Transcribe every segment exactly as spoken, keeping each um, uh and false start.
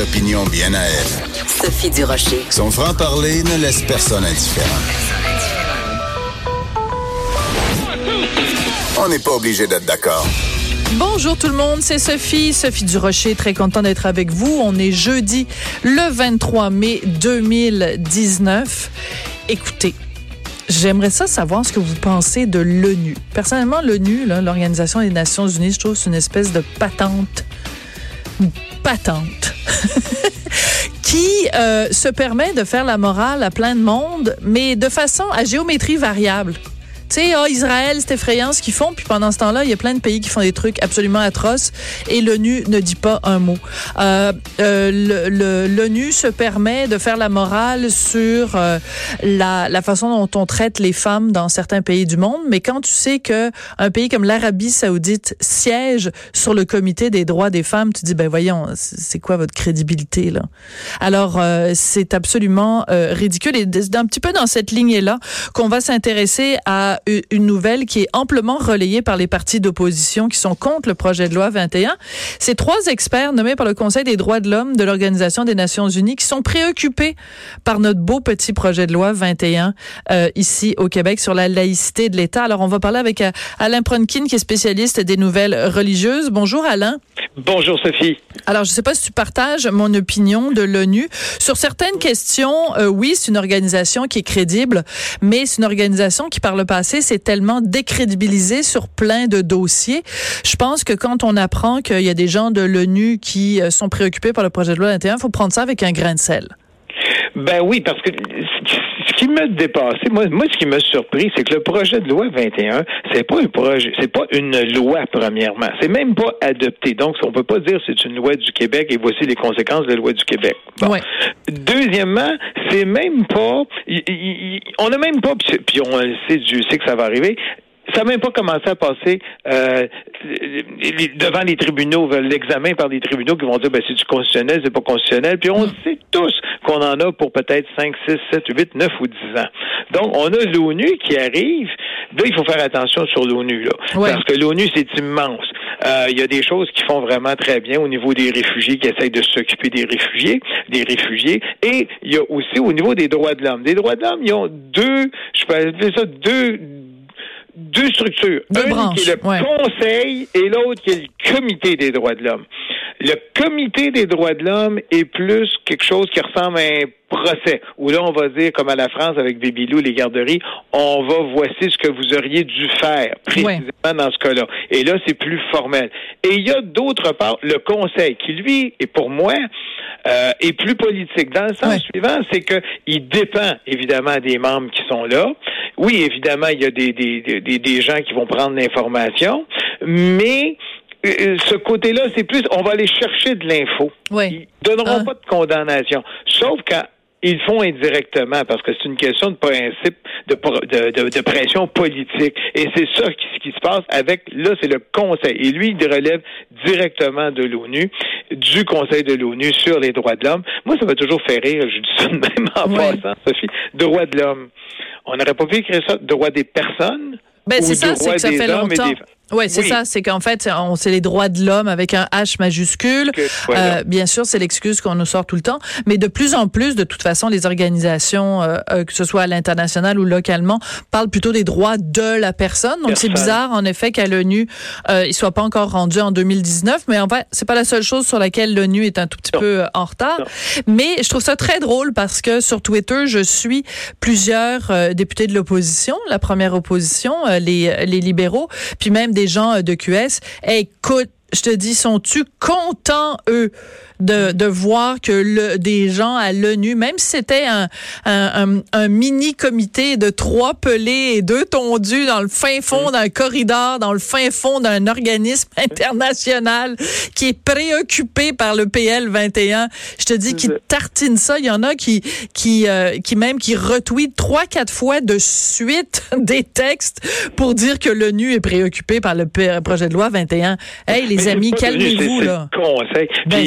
opinions bien à elle. Sophie Durocher. Son franc-parler ne laisse personne indifférent. On n'est pas obligé d'être d'accord. Bonjour tout le monde, c'est Sophie, Sophie Durocher, très content d'être avec vous. On est jeudi le vingt-trois mai deux mille dix-neuf. Écoutez, j'aimerais ça savoir ce que vous pensez de l'ONU. Personnellement, l'ONU, là, l'Organisation des Nations Unies, je trouve que c'est une espèce de patente, une patente, qui euh, se permet de faire la morale à plein de monde, mais de façon à géométrie variable. Tu sais, oh, Israël, c'est effrayant ce qu'ils font, puis pendant ce temps-là, il y a plein de pays qui font des trucs absolument atroces et l'ONU ne dit pas un mot. Euh, euh, le, le, L'ONU se permet de faire la morale sur euh, la, la façon dont on traite les femmes dans certains pays du monde, mais quand tu sais que un pays comme l'Arabie Saoudite siège sur le comité des droits des femmes, tu dis, ben voyons, c'est quoi votre crédibilité, là? Alors, euh, c'est absolument euh, ridicule et c'est un petit peu dans cette lignée-là qu'on va s'intéresser à une nouvelle qui est amplement relayée par les partis d'opposition qui sont contre le projet de loi vingt et un. C'est trois experts nommés par le Conseil des droits de l'homme de l'Organisation des Nations Unies qui sont préoccupés par notre beau petit projet de loi vingt et un euh, ici au Québec sur la laïcité de l'État. Alors, on va parler avec euh, Alain Pronkin, qui est spécialiste des nouvelles religieuses. Bonjour, Alain. Bonjour, Sophie. Alors, je ne sais pas si tu partages mon opinion de l'ONU. Sur certaines questions, euh, oui, c'est une organisation qui est crédible, mais c'est une organisation qui, par le passé, c'est tellement décrédibilisé sur plein de dossiers. Je pense que quand on apprend qu'il y a des gens de l'ONU qui sont préoccupés par le projet de loi vingt et un, il faut prendre ça avec un grain de sel. Ben oui, parce que ce qui m'a dépassé, moi, moi, ce qui m'a surpris, c'est que le projet de loi vingt et un, c'est pas un projet, c'est pas une loi, premièrement. C'est même pas adopté. Donc, on peut pas dire que c'est une loi du Québec et voici les conséquences de la loi du Québec. Bon. Ouais. Deuxièmement, c'est même pas, y, y, y, on n'a même pas, puis on le sait, Dieu sait que ça va arriver, ça n'a même pas commencé à passer euh, devant les tribunaux, l'examen par les tribunaux qui vont dire ben c'est du constitutionnel, c'est pas constitutionnel. Puis on sait tous qu'on en a pour peut-être cinq, six, sept, huit, neuf ou dix ans. Donc, on a l'ONU qui arrive. Là, il faut faire attention sur l'ONU, là. Ouais. Parce que l'ONU, c'est immense. Euh, il y a des choses qui font vraiment très bien au niveau des réfugiés, qui essayent de s'occuper des réfugiés, des réfugiés. Et il y a aussi au niveau des droits de l'homme. Des droits de l'homme, ils ont deux, je peux appeler ça deux, deux structures. Deux Une branches, qui est le ouais. Conseil et l'autre qui est le Comité des droits de l'homme. Le Comité des droits de l'homme est plus quelque chose qui ressemble à un procès, où là, on va dire, comme à la France avec Baby Lou, les garderies, on va, voici ce que vous auriez dû faire, précisément ouais. dans ce cas-là. Et là, c'est plus formel. Et il y a d'autre part le Conseil, qui, lui, et pour moi, euh, est plus politique. Dans le sens ouais. suivant, c'est que il dépend, évidemment, des membres qui sont là. Oui, évidemment, il y a des, des, des, des gens qui vont prendre l'information, mais ce côté-là, c'est plus, on va aller chercher de l'info. Oui. Ils donneront ah. pas de condamnation. Sauf quand ils le font indirectement, parce que c'est une question de principe, de, de, de, de pression politique. Et c'est ça qui, qui se passe avec, là, c'est le Conseil. Et lui, il relève directement de l'ONU, du Conseil de l'ONU sur les droits de l'homme. Moi, ça m'a toujours fait rire, je dis ça de même en ouais. passant, Sophie, droits de l'homme. On n'aurait pas pu écrire ça, droits des personnes? Ben, c'est ça, c'est que ça fait longtemps. Ouais, c'est oui, c'est ça. C'est qu'en fait, on, c'est les droits de l'homme avec un H majuscule. Que, voilà. euh, bien sûr, c'est l'excuse qu'on nous sort tout le temps. Mais de plus en plus, de toute façon, les organisations, euh, euh, que ce soit à l'international ou localement, parlent plutôt des droits de la personne. Donc, personne. C'est bizarre, en effet, qu'à l'ONU, euh, il soit pas encore rendu en deux mille dix-neuf. Mais en fait, c'est pas la seule chose sur laquelle l'ONU est un tout petit non. peu en retard. Non. Mais je trouve ça très drôle parce que sur Twitter, je suis plusieurs euh, députés de l'opposition, la première opposition, euh, les, les libéraux, puis même des des gens de Q S. Hey, écoute, je te dis, sont-tu contents, eux, de, de voir que le, des gens à l'ONU, même si c'était un, un, un, un mini-comité de trois pelés et deux tondus dans le fin fond d'un corridor, dans le fin fond d'un organisme international qui est préoccupé par le P L vingt et un, je te dis qu'ils tartinent ça. Il y en a qui, qui, euh, qui même qui retweetent trois, quatre fois de suite des textes pour dire que l'ONU est préoccupée par le projet de loi vingt et un. Hey, les mais amis, calmez-vous, c'est là. Conseil. Ben, puis, c'est ça.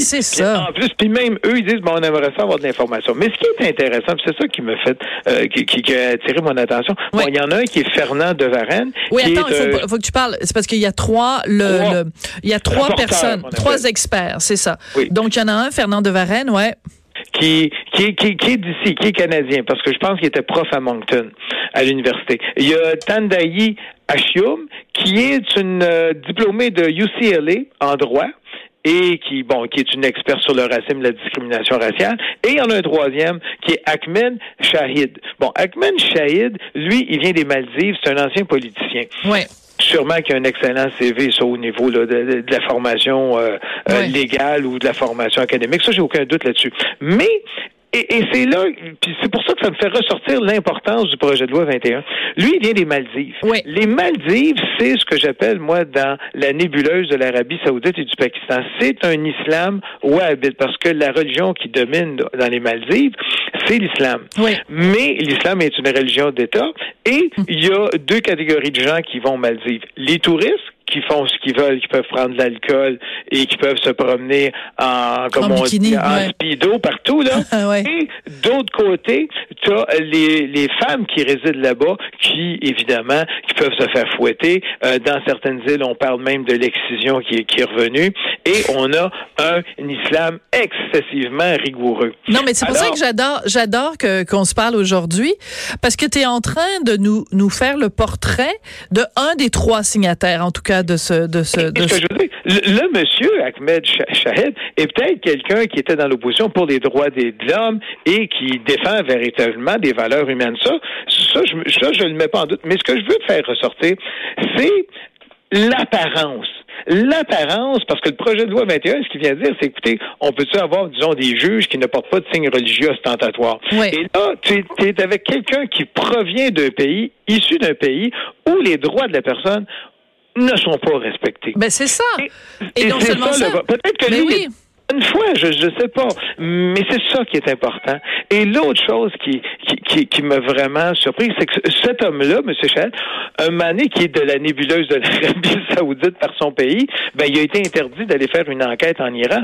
ça. En plus, puis même eux, ils disent, bon, on aimerait ça avoir de l'information. Mais ce qui est intéressant, c'est ça qui me fait, euh, qui, qui, qui a attiré mon attention. Oui. Bon, il y en a un qui est Fernand de Varenne. Oui, qui attends, il est, faut, euh, faut que tu parles. C'est parce qu'il y a trois, le, trois, le il y a trois personnes, trois experts, c'est ça. Oui. Donc, il y en a un, Fernand de Varenne, ouais. Qui, qui, qui, qui est d'ici, qui est canadien, parce que je pense qu'il était prof à Moncton, à l'université. Il y a Tandayi Ashium, qui est une euh, diplômée de U C L A en droit, et qui, bon, qui est une experte sur le racisme et la discrimination raciale. Et il y en a un troisième, qui est Ahmed Shahid. Bon, Ahmed Shahid, lui, il vient des Maldives, c'est un ancien politicien. Oui. Sûrement qu'il y a un excellent C V, ça, au niveau là, de, de, de la formation euh, ouais. euh, légale ou de la formation académique. Ça, j'ai aucun doute là-dessus. Mais, et, et c'est là, puis c'est pour ça que ça me fait ressortir l'importance du projet de loi vingt et un. Lui, il vient des Maldives. Oui. Les Maldives, c'est ce que j'appelle, moi, dans la nébuleuse de l'Arabie saoudite et du Pakistan. C'est un islam wahhabite, parce que la religion qui domine dans les Maldives, c'est l'islam. Oui. Mais l'islam est une religion d'État, et il y a deux catégories de gens qui vont aux Maldives. Les touristes, qui font ce qu'ils veulent, qui peuvent prendre de l'alcool et qui peuvent se promener en, comme en on bikini, dit, en ouais. speedo partout, là. ouais. Et d'autre côté, tu as les, les femmes qui résident là-bas, qui, évidemment, qui peuvent se faire fouetter. Euh, dans certaines îles, on parle même de l'excision qui est, qui est revenue. Et on a un, un islam excessivement rigoureux. Non, mais c'est pour Alors, ça que j'adore, j'adore que, qu'on se parle aujourd'hui, parce que tu es en train de nous, nous faire le portrait de un des trois signataires, en tout cas, de ce... De ce, de ce... Que je veux dire, le, le monsieur Ahmed Shahid est peut-être quelqu'un qui était dans l'opposition pour les droits des, de l'homme et qui défend véritablement des valeurs humaines. Ça, ça, je, ça, je le mets pas en doute. Mais ce que je veux faire ressortir, c'est l'apparence. L'apparence, parce que le projet de loi vingt et un, ce qu'il vient dire, c'est, écoutez, on peut-tu avoir, disons, des juges qui ne portent pas de signes religieux ostentatoires. Oui. Et là, tu es avec quelqu'un qui provient d'un pays, issu d'un pays, où les droits de la personne ne sont pas respectés. Ben, c'est ça. Et, et, et non c'est seulement ça, ça. Le, peut-être que mais lui, oui. une fois, je ne sais pas, mais c'est ça qui est important. Et l'autre chose qui, qui, qui, qui m'a vraiment surpris, c'est que cet homme-là, M. Shahid, un mané qui est de la nébuleuse de l'Arabie saoudite par son pays, ben, il a été interdit d'aller faire une enquête en Iran.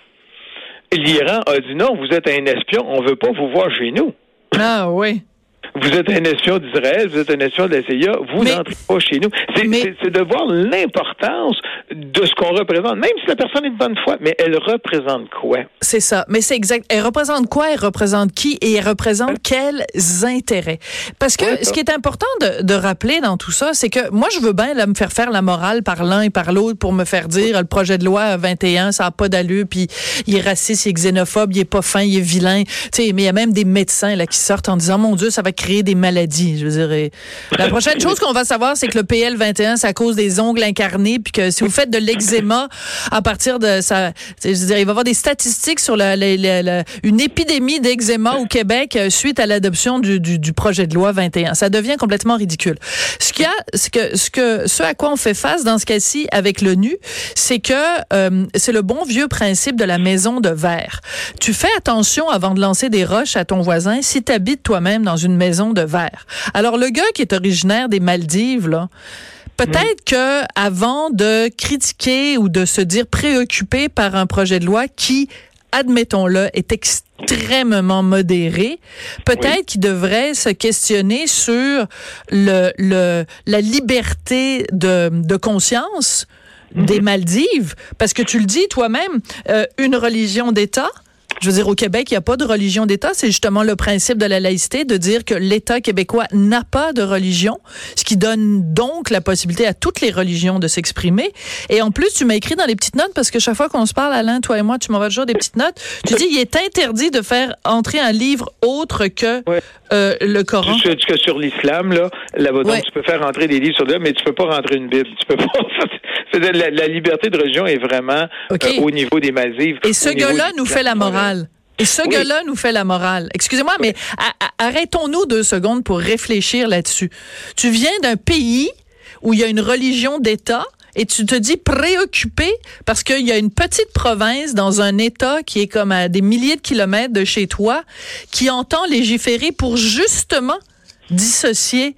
L'Iran a dit non, vous êtes un espion, on veut pas vous voir chez nous. Ah oui. Vous êtes un espion d'Israël, vous êtes un espion de la C I A, vous mais, n'entrez pas chez nous. C'est, mais, c'est, c'est de voir l'importance de ce qu'on représente, même si la personne est de bonne foi, mais elle représente quoi? C'est ça, mais c'est exact. Elle représente quoi? Elle représente qui? Et elle représente ouais. quels intérêts? Parce que ouais, ce qui est important de, de rappeler dans tout ça, c'est que moi, je veux bien là, me faire faire la morale par l'un et par l'autre pour me faire dire le projet de loi vingt et un, ça n'a pas d'allure, puis il est raciste, il est xénophobe, il est pas fin, il est vilain. Tu sais, mais il y a même des médecins là qui sortent en disant, mon Dieu, ça va créer des maladies. Je veux dire, la prochaine chose qu'on va savoir, c'est que le P L vingt et un, c'est à cause des ongles incarnés, puis que si vous faites de l'eczéma à partir de ça, je veux dire, il va y avoir des statistiques sur la, la, la, la, une épidémie d'eczéma au Québec suite à l'adoption du, du, du projet de loi vingt et un. Ça devient complètement ridicule. Ce qu'il y a, ce que, ce que, ce à quoi on fait face dans ce cas-ci avec l'ONU, c'est que euh, c'est le bon vieux principe de la maison de verre. Tu fais attention avant de lancer des roches à ton voisin si tu habites toi-même dans une maison de verre. Alors, le gars qui est originaire des Maldives, là, peut-être mmh. que avant de critiquer ou de se dire préoccupé par un projet de loi qui, admettons-le, est extrêmement modéré, peut-être oui. qu'il devrait se questionner sur le, le, la liberté de, de conscience mmh. des Maldives, parce que tu le dis toi-même, euh, une religion d'État. Je veux dire, au Québec, il n'y a pas de religion d'État. C'est justement le principe de la laïcité, de dire que l'État québécois n'a pas de religion, ce qui donne donc la possibilité à toutes les religions de s'exprimer. Et en plus, tu m'as écrit dans les petites notes, parce que chaque fois qu'on se parle, Alain, toi et moi, tu m'envoies toujours des petites notes. Tu dis, il est interdit de faire entrer un livre autre que ouais. euh, le Coran. Juste que sur l'islam, là, là-bas, donc, ouais. tu peux faire rentrer des livres sur l'islam, mais tu peux pas rentrer une Bible. Tu peux pas. C'est-à-dire, la, la liberté de religion est vraiment okay. euh, au niveau des Maldives. Et ce gars-là nous fait la morale. Et ce oui. gars-là nous fait la morale. Excusez-moi, mais a- a- arrêtons-nous deux secondes pour réfléchir là-dessus. Tu viens d'un pays où il y a une religion d'État et tu te dis préoccupé parce qu'il y a une petite province dans un État qui est comme à des milliers de kilomètres de chez toi qui entend légiférer pour justement dissocier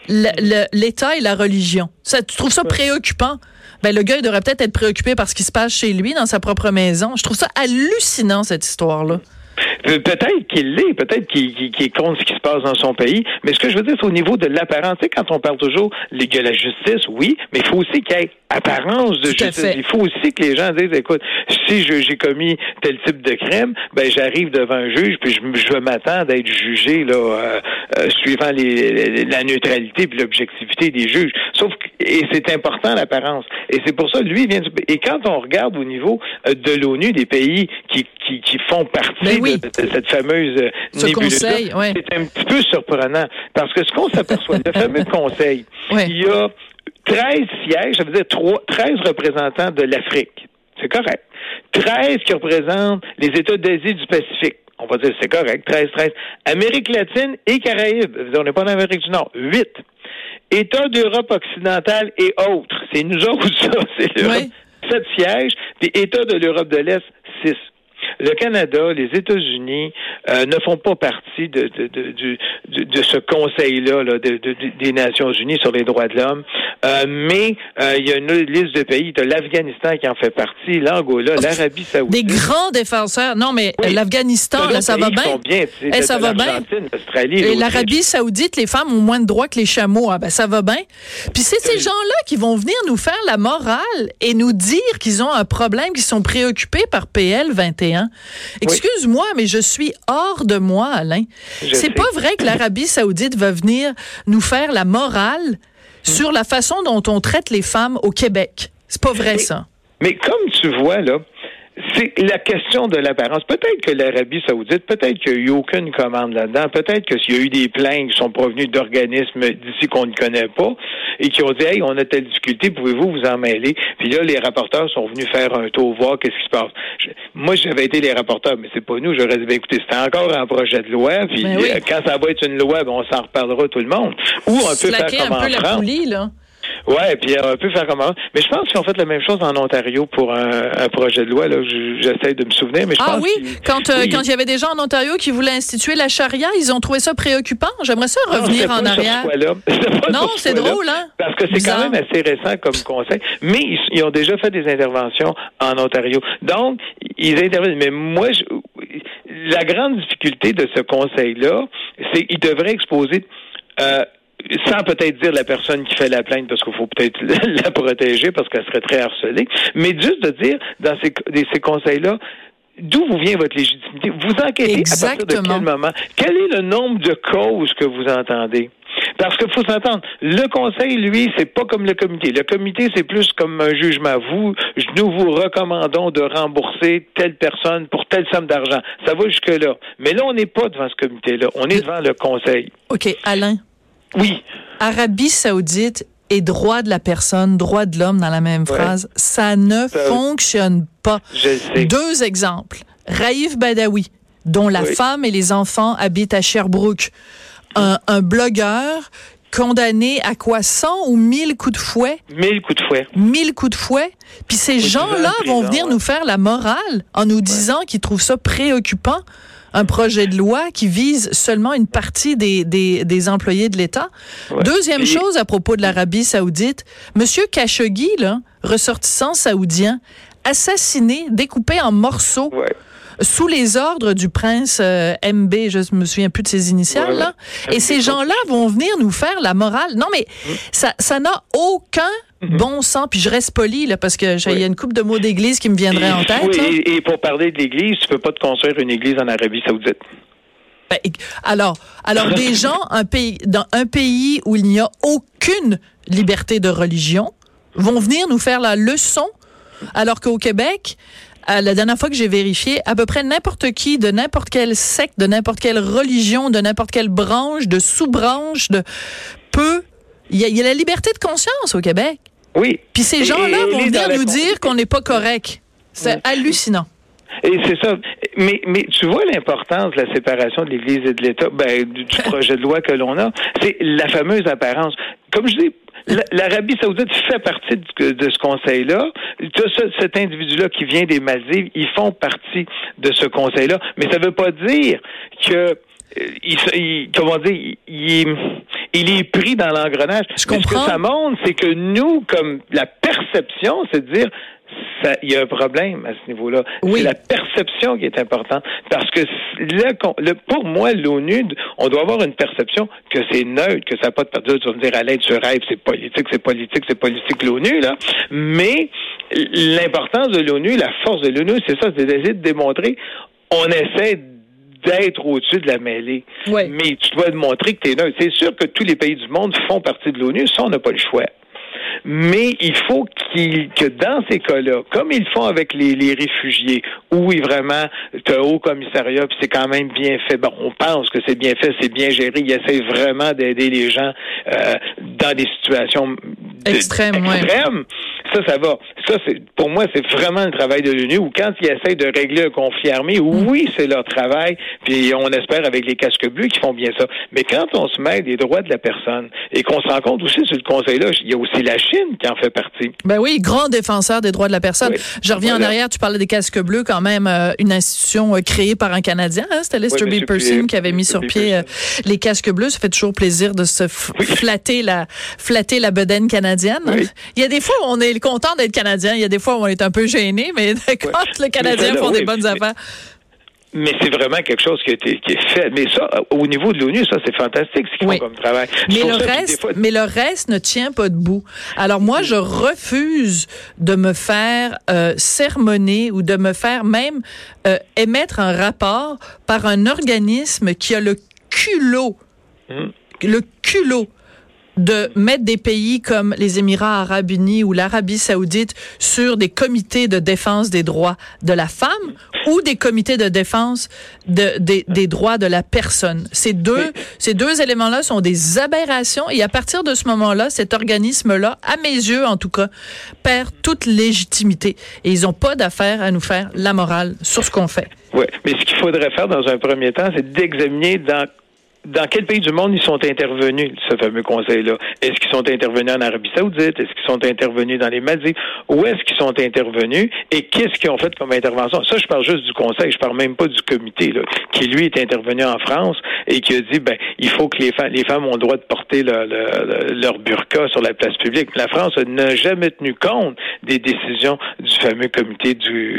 le, le, l'État et la religion. Ça, tu trouves ça ouais. préoccupant? Ben, le gars, il devrait peut-être être préoccupé par ce qui se passe chez lui, dans sa propre maison. Je trouve ça hallucinant, cette histoire-là. Peut-être qu'il l'est, peut-être qu'il, qu'il, qu'il est contre ce qui se passe dans son pays, mais ce que je veux dire, c'est au niveau de l'apparence. Tu sais, quand on parle toujours de la justice, oui, mais il faut aussi qu'il y ait apparence de justice. Il faut aussi que les gens disent, écoute, si je, j'ai commis tel type de crime, ben j'arrive devant un juge, puis je, je m'attends d'être jugé là, euh, euh, suivant les, la neutralité et l'objectivité des juges. Sauf que, et c'est important l'apparence. Et c'est pour ça, lui, il vient du, et quand on regarde au niveau de l'ONU, des pays qui, qui, qui font partie oui. de, de cette fameuse nébuleuse, ouais. c'est un petit peu surprenant. Parce que ce qu'on s'aperçoit, le fameux conseil, ouais. il y a treize sièges, ça veut dire treize représentants de l'Afrique. C'est correct. treize qui représentent les États d'Asie du Pacifique. On va dire c'est correct. treize, treize. Amérique latine et Caraïbes. On n'est pas en Amérique du Nord. huit. États d'Europe occidentale et autres. C'est nous autres, ça. C'est l'Europe. Oui. sept sièges. Puis États de l'Europe de l'Est, six. Le Canada, les États-Unis euh, ne font pas partie de, de, de, de, de, de ce conseil-là là, de, de, des Nations Unies sur les droits de l'homme. Euh, mais euh, il y a une liste de pays. Tu as l'Afghanistan qui en fait partie, l'Angola, l'Arabie Saoudite. Des grands défenseurs. Non, mais oui. l'Afghanistan, là, ça va bien. bien eh, ça va bien. Et l'Arabie Saoudite, les femmes ont moins de droits que les chameaux. Ah, ben, ça va bien. Puis c'est ces gens-là qui vont venir nous faire la morale et nous dire qu'ils ont un problème, qu'ils sont préoccupés par P L vingt et un. Excuse-moi, oui. mais je suis hors de moi, Alain. Je C'est sais. pas vrai que l'Arabie Saoudite va venir nous faire la morale mmh. sur la façon dont on traite les femmes au Québec. C'est pas vrai, mais, ça. Mais comme tu vois, là, c'est la question de l'apparence. Peut-être que l'Arabie Saoudite, peut-être qu'il n'y a eu aucune commande là-dedans, peut-être qu'il y a eu des plaintes qui sont provenues d'organismes d'ici qu'on ne connaît pas et qui ont dit « Hey, on a telle difficulté, pouvez-vous vous en mêler? » Puis là, les rapporteurs sont venus faire un tour, voir qu'est-ce qui se passe. Je, moi, j'avais été les rapporteurs, mais c'est pas nous. J'aurais dit, ben, écoutez, c'était encore un projet de loi, puis ben oui. quand ça va être une loi, ben, on s'en reparlera tout le monde. Ou on peut faire comme en France. La poulie, là. Ouais, puis on peut faire comme ça. Mais je pense qu'ils ont fait la même chose en Ontario pour un, un projet de loi. Là, j'essaie de me souvenir, mais je ah pense oui, quand euh, oui. quand il y avait des gens en Ontario qui voulaient instituer la charia, ils ont trouvé ça préoccupant. J'aimerais ça revenir non, en arrière. Non, c'est drôle, hein. Parce que c'est Bizarre. quand même assez récent comme conseil. Mais ils, ils ont déjà fait des interventions en Ontario. Donc, ils interviennent. Mais moi, je, la grande difficulté de ce conseil-là, c'est qu'ils devraient exposer. Euh, sans peut-être dire la personne qui fait la plainte, parce qu'il faut peut-être la protéger, parce qu'elle serait très harcelée, mais juste de dire, dans ces, ces conseils-là, d'où vous vient votre légitimité? Vous enquêtez Exactement. à partir de quel moment? Quel est le nombre de causes que vous entendez? Parce qu'il faut s'entendre, le conseil, lui, c'est pas comme le comité. Le comité, c'est plus comme un jugement. Vous, nous vous recommandons de rembourser telle personne pour telle somme d'argent. Ça va jusque-là. Mais là, on n'est pas devant ce comité-là. On est devant le conseil. OK. Alain? Oui. Arabie Saoudite et droit de la personne, droit de l'homme dans la même phrase, ouais. ça ne ça, fonctionne pas. Je sais. Deux exemples. Raïf Badawi, dont la oui. femme et les enfants habitent à Sherbrooke. Un, un blogueur condamné à quoi, cent ou mille coups de fouet? Mille coups de fouet. Mille coups de fouet. Puis ces oui, gens-là vont venir ouais. nous faire la morale en nous disant ouais. qu'ils trouvent ça préoccupant. Un projet de loi qui vise seulement une partie des, des, des employés de l'État. Ouais. Deuxième Et... chose à propos de l'Arabie Saoudite, Monsieur Khashoggi, là, ressortissant saoudien, assassiné, découpé en morceaux. Ouais. Sous les ordres du prince euh, M B, je me souviens plus de ses initiales, ouais, là. Ouais. Et ces gens-là vont venir nous faire la morale. Non, mais mmh. ça, ça n'a aucun mmh. bon sens. Puis je reste poli, là, parce que il oui. y a une couple de mots d'église qui me viendraient en tête. Oui, et, et pour parler de l'église, tu peux pas te construire une église en Arabie Saoudite. Ben, alors, alors des gens, un pays, dans un pays où il n'y a aucune liberté de religion, vont venir nous faire la leçon, alors qu'au Québec, la dernière fois que j'ai vérifié, à peu près n'importe qui, de n'importe quelle secte, de n'importe quelle religion, de n'importe quelle branche, de sous-branche, de peut... Il y, y a la liberté de conscience au Québec. Oui. Puis ces gens-là et, vont venir nous dire qu'on n'est pas correct. C'est oui. hallucinant. Et c'est ça. Mais, mais tu vois l'importance de la séparation de l'Église et de l'État, ben, du, du projet de loi que l'on a. C'est la fameuse apparence. Comme je dis, l'Arabie Saoudite fait partie de, de ce conseil-là. Tu as ce, cet individu-là qui vient des Maldives, ils font partie de ce conseil-là. Mais ça ne veut pas dire que, il, il, comment dire, il, il est pris dans l'engrenage. Je Mais comprends. ce que ça montre, c'est que nous, comme la perception, c'est de dire, ça, il y a un problème à ce niveau-là. Oui. C'est la perception qui est importante. Parce que là, le, pour moi, l'ONU, on doit avoir une perception que c'est neutre, que ça n'a pas de perdure. Tu vas me dire, à l'aide, tu rêves, c'est politique, c'est politique, c'est politique, l'ONU, là. Mais l'importance de l'ONU, la force de l'ONU, c'est ça, c'est d'essayer de démontrer, on essaie d'être au-dessus de la mêlée. Oui. Mais tu dois montrer que tu es neutre. C'est sûr que tous les pays du monde font partie de l'ONU, ça, on n'a pas le choix. Mais il faut qu'il, que dans ces cas-là, comme ils font avec les, les réfugiés, où vraiment, tu as un haut commissariat, puis c'est quand même bien fait. Bon, on pense que c'est bien fait, c'est bien géré. Ils essaient vraiment d'aider les gens euh, dans des situations de, Extrême, extrêmes. Ouais. Ça, ça va. Ça, c'est, pour moi, c'est vraiment le travail de l'ONU, où quand ils essayent de régler un conflit armé, oui, c'est leur travail, puis on espère avec les casques bleus qu'ils font bien ça. Mais quand on se met des droits de la personne, et qu'on se rend compte aussi sur le Conseil-là, il y a aussi la Chine qui en fait partie. Ben oui, grand défenseur des droits de la personne. Oui. Je reviens voilà. en arrière, tu parlais des casques bleus, quand même, euh, une institution euh, créée par un Canadien, hein? C'était Lester oui, B. Pearson qui avait mis sur pied euh, les casques bleus. Ça fait toujours plaisir de se f- oui. flatter la flatter la bedaine canadienne. Oui. Il y a des fois où on est content d'être Canadien, il y a des fois où on est un peu gêné, mais quand oui. les Canadiens font oui, des bonnes mais, affaires... Mais c'est vraiment quelque chose qui, a été, qui est fait. Mais ça, au niveau de l'ONU, ça, c'est fantastique ce qu'ils oui. font comme travail. Mais le, reste, fois... mais le reste ne tient pas debout. Alors moi, je refuse de me faire euh, sermonner ou de me faire même euh, émettre un rapport par un organisme qui a le culot, hum. le culot de mettre des pays comme les Émirats arabes unis ou l'Arabie saoudite sur des comités de défense des droits de la femme ou des comités de défense de, de, des droits de la personne. Ces deux, ces deux éléments-là sont des aberrations et à partir de ce moment-là, cet organisme-là, à mes yeux en tout cas, perd toute légitimité et ils n'ont pas d'affaire à nous faire la morale sur ce qu'on fait. Oui, mais ce qu'il faudrait faire dans un premier temps, c'est d'examiner dans Dans quel pays du monde ils sont intervenus, ce fameux conseil-là? Est-ce qu'ils sont intervenus en Arabie saoudite? Est-ce qu'ils sont intervenus dans les Maldives? Où est-ce qu'ils sont intervenus? Et qu'est-ce qu'ils ont fait comme intervention? Ça, je parle juste du conseil, je parle même pas du comité, là, qui, lui, est intervenu en France et qui a dit, ben, il faut que les femmes, les femmes ont le droit de porter le, le, leur burqa sur la place publique. La France n'a jamais tenu compte des décisions du fameux comité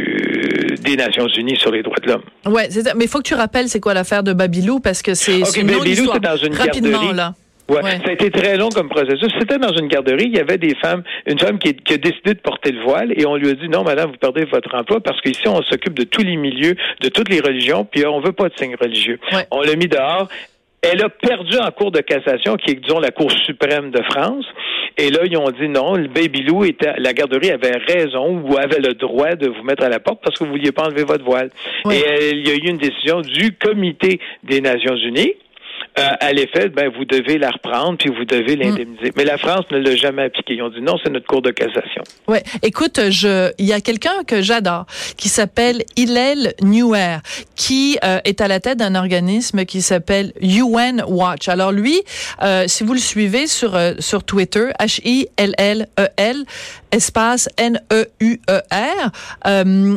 du, des Nations Unies sur les droits de l'homme. Ouais, c'est ça. Mais il faut que tu rappelles c'est quoi l'affaire de Babylou, parce que c'est, okay, c'est Babylou, c'est dans une rapidement, garderie. Là. Ouais. ouais. Ça a été très long comme processus. C'était dans une garderie. Il y avait des femmes, une femme qui, qui a décidé de porter le voile et on lui a dit non, madame, vous perdez votre emploi parce qu'ici, on s'occupe de tous les milieux, de toutes les religions, puis on veut pas de signe religieux. Ouais. On l'a mis dehors. Elle a perdu en cour de cassation, qui est, disons, la Cour suprême de France. Et là, ils ont dit non, le Babylou était, la garderie avait raison ou avait le droit de vous mettre à la porte parce que vous vouliez pas enlever votre voile. Oui. Et euh, il y a eu une décision du Comité des Nations Unies. Euh, à l'effet, ben, vous devez la reprendre puis vous devez l'indemniser. Mm. Mais la France ne l'a jamais appliqué. Ils ont dit non, c'est notre cour de cassation. Ouais. Écoute, je, il y a quelqu'un que j'adore qui s'appelle Hillel Neuer, qui euh, est à la tête d'un organisme qui s'appelle U N Watch. Alors lui, euh, si vous le suivez sur euh, sur Twitter, H I L L E L espace N E U E R. Euh,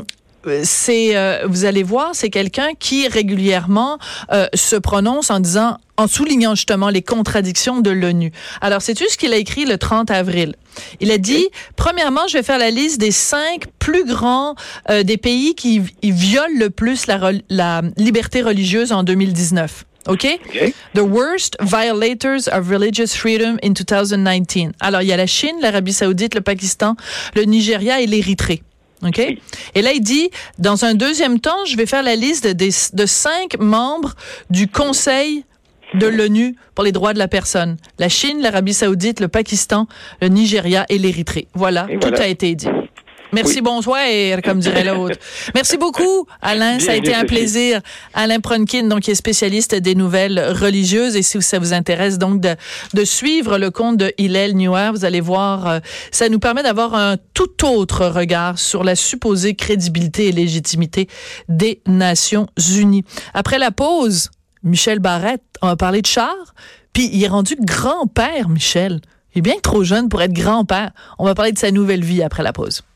c'est euh, vous allez voir, c'est quelqu'un qui régulièrement euh, se prononce en disant, en soulignant justement les contradictions de l'ONU. Alors, sais-tu ce qu'il a écrit le trente avril? Il a dit, premièrement, je vais faire la liste des cinq plus grands euh, des pays qui ils violent le plus la, la liberté religieuse en deux mille dix-neuf. OK? Okay. The worst violators of religious freedom in two thousand nineteen. Alors, il y a la Chine, l'Arabie saoudite, le Pakistan, le Nigeria et l'Érythrée. OK? Oui. Et là, il dit, dans un deuxième temps, je vais faire la liste de, de, de cinq membres du Conseil de l'ONU pour les droits de la personne. La Chine, l'Arabie saoudite, le Pakistan, le Nigeria et l'Érythrée. Voilà, et tout voilà. a été dit. Merci, oui. Bonsoir, et comme dirait l'autre. Merci beaucoup, Alain. Bien, ça a été un plaisir. Alain Pronkin, donc, qui est spécialiste des nouvelles religieuses. Et si ça vous intéresse, donc, de, de suivre le compte de Hillel Neuer, vous allez voir, euh, ça nous permet d'avoir un tout autre regard sur la supposée crédibilité et légitimité des Nations Unies. Après la pause, Michel Barrette, on va parler de char. Puis, il est rendu grand-père, Michel. Il est bien trop jeune pour être grand-père. On va parler de sa nouvelle vie après la pause.